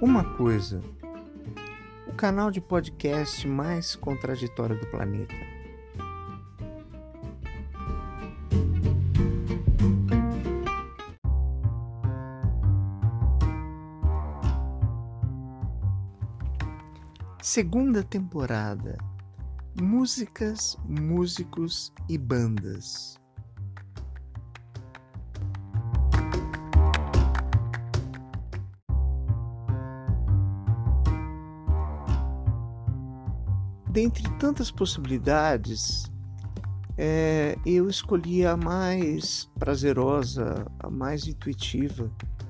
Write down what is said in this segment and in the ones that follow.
Uma coisa, o canal de podcast mais contraditório do planeta. Segunda temporada. Músicas, músicos e bandas. Dentre tantas possibilidades, eu escolhi a mais prazerosa, a mais intuitiva.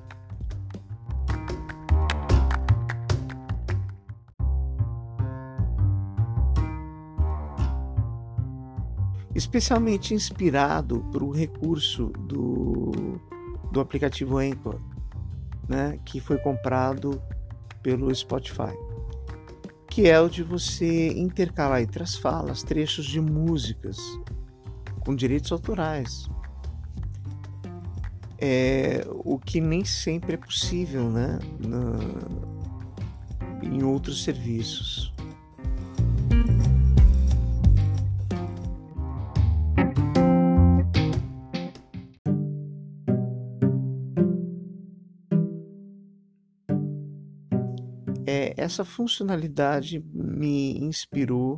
Especialmente inspirado por um recurso do aplicativo Anchor, né, que foi comprado pelo Spotify, que é o de você intercalar entre as falas trechos de músicas com direitos autorais, o que nem sempre é possível, né, em outros serviços. Essa funcionalidade me inspirou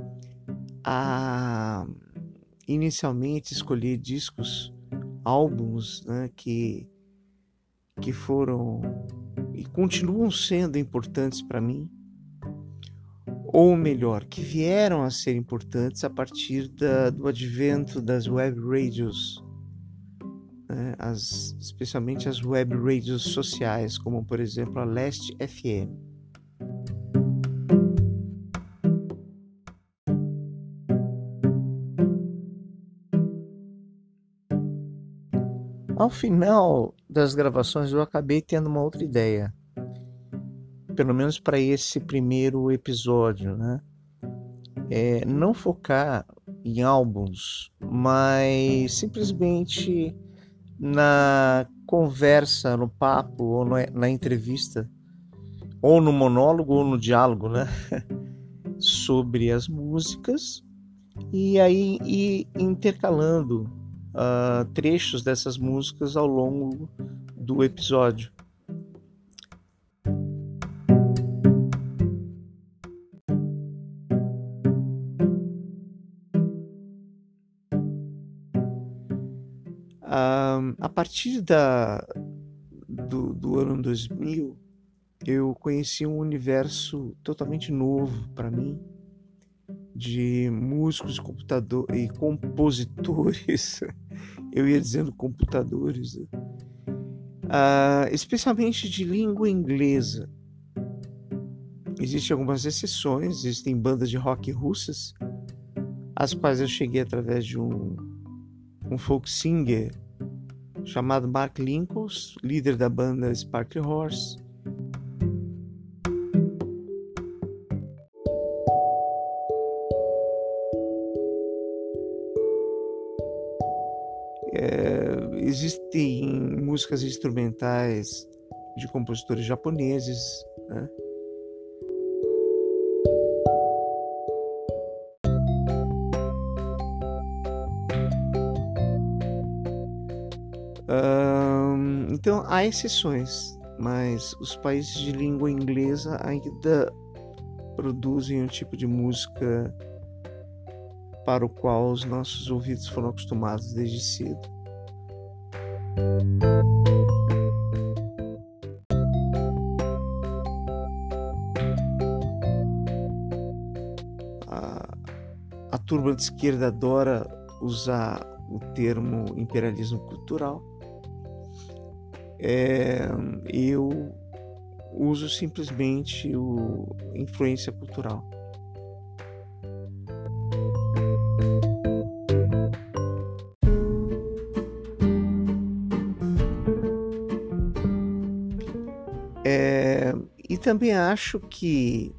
a inicialmente escolher álbuns, né, que foram e continuam sendo importantes para mim, ou melhor, que vieram a ser importantes a partir do advento das web radios, né, especialmente as web radios sociais, como por exemplo a Last FM. Ao final das gravações eu acabei tendo uma outra ideia, pelo menos para esse primeiro episódio, né? Não focar em álbuns, mas simplesmente na conversa, no papo, ou na entrevista, ou no monólogo ou no diálogo, né? Sobre as músicas, e aí ir intercalando trechos dessas músicas ao longo do episódio. A partir do ano 2000, eu conheci um universo totalmente novo para mim, de músicos e compositores, eu ia dizendo computadores, especialmente de língua inglesa. Existem algumas exceções, existem bandas de rock russas, às quais eu cheguei através de um folk singer chamado Mark Lincoln, líder da banda Sparkle Horse. Existem músicas instrumentais de compositores japoneses, né? Então há exceções, mas os países de língua inglesa ainda produzem um tipo de música para o qual os nossos ouvidos foram acostumados desde cedo. A turma de esquerda adora usar o termo imperialismo cultural. Eu uso simplesmente influência cultural. E também acho que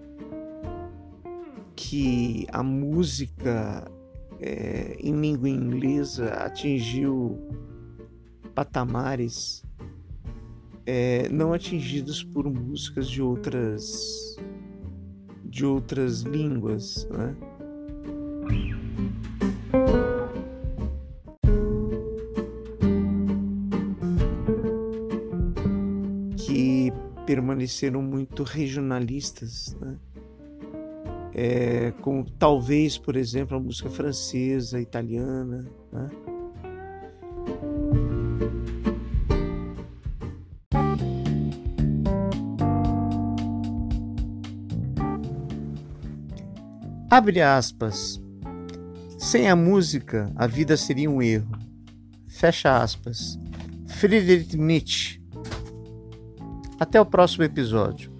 a música em língua inglesa atingiu patamares não atingidas por músicas de outras línguas, né? Que permaneceram muito regionalistas, né? Como talvez, por exemplo, a música francesa, italiana, né? Abre aspas. Sem a música, a vida seria um erro. Fecha aspas. Friedrich Nietzsche. Até o próximo episódio.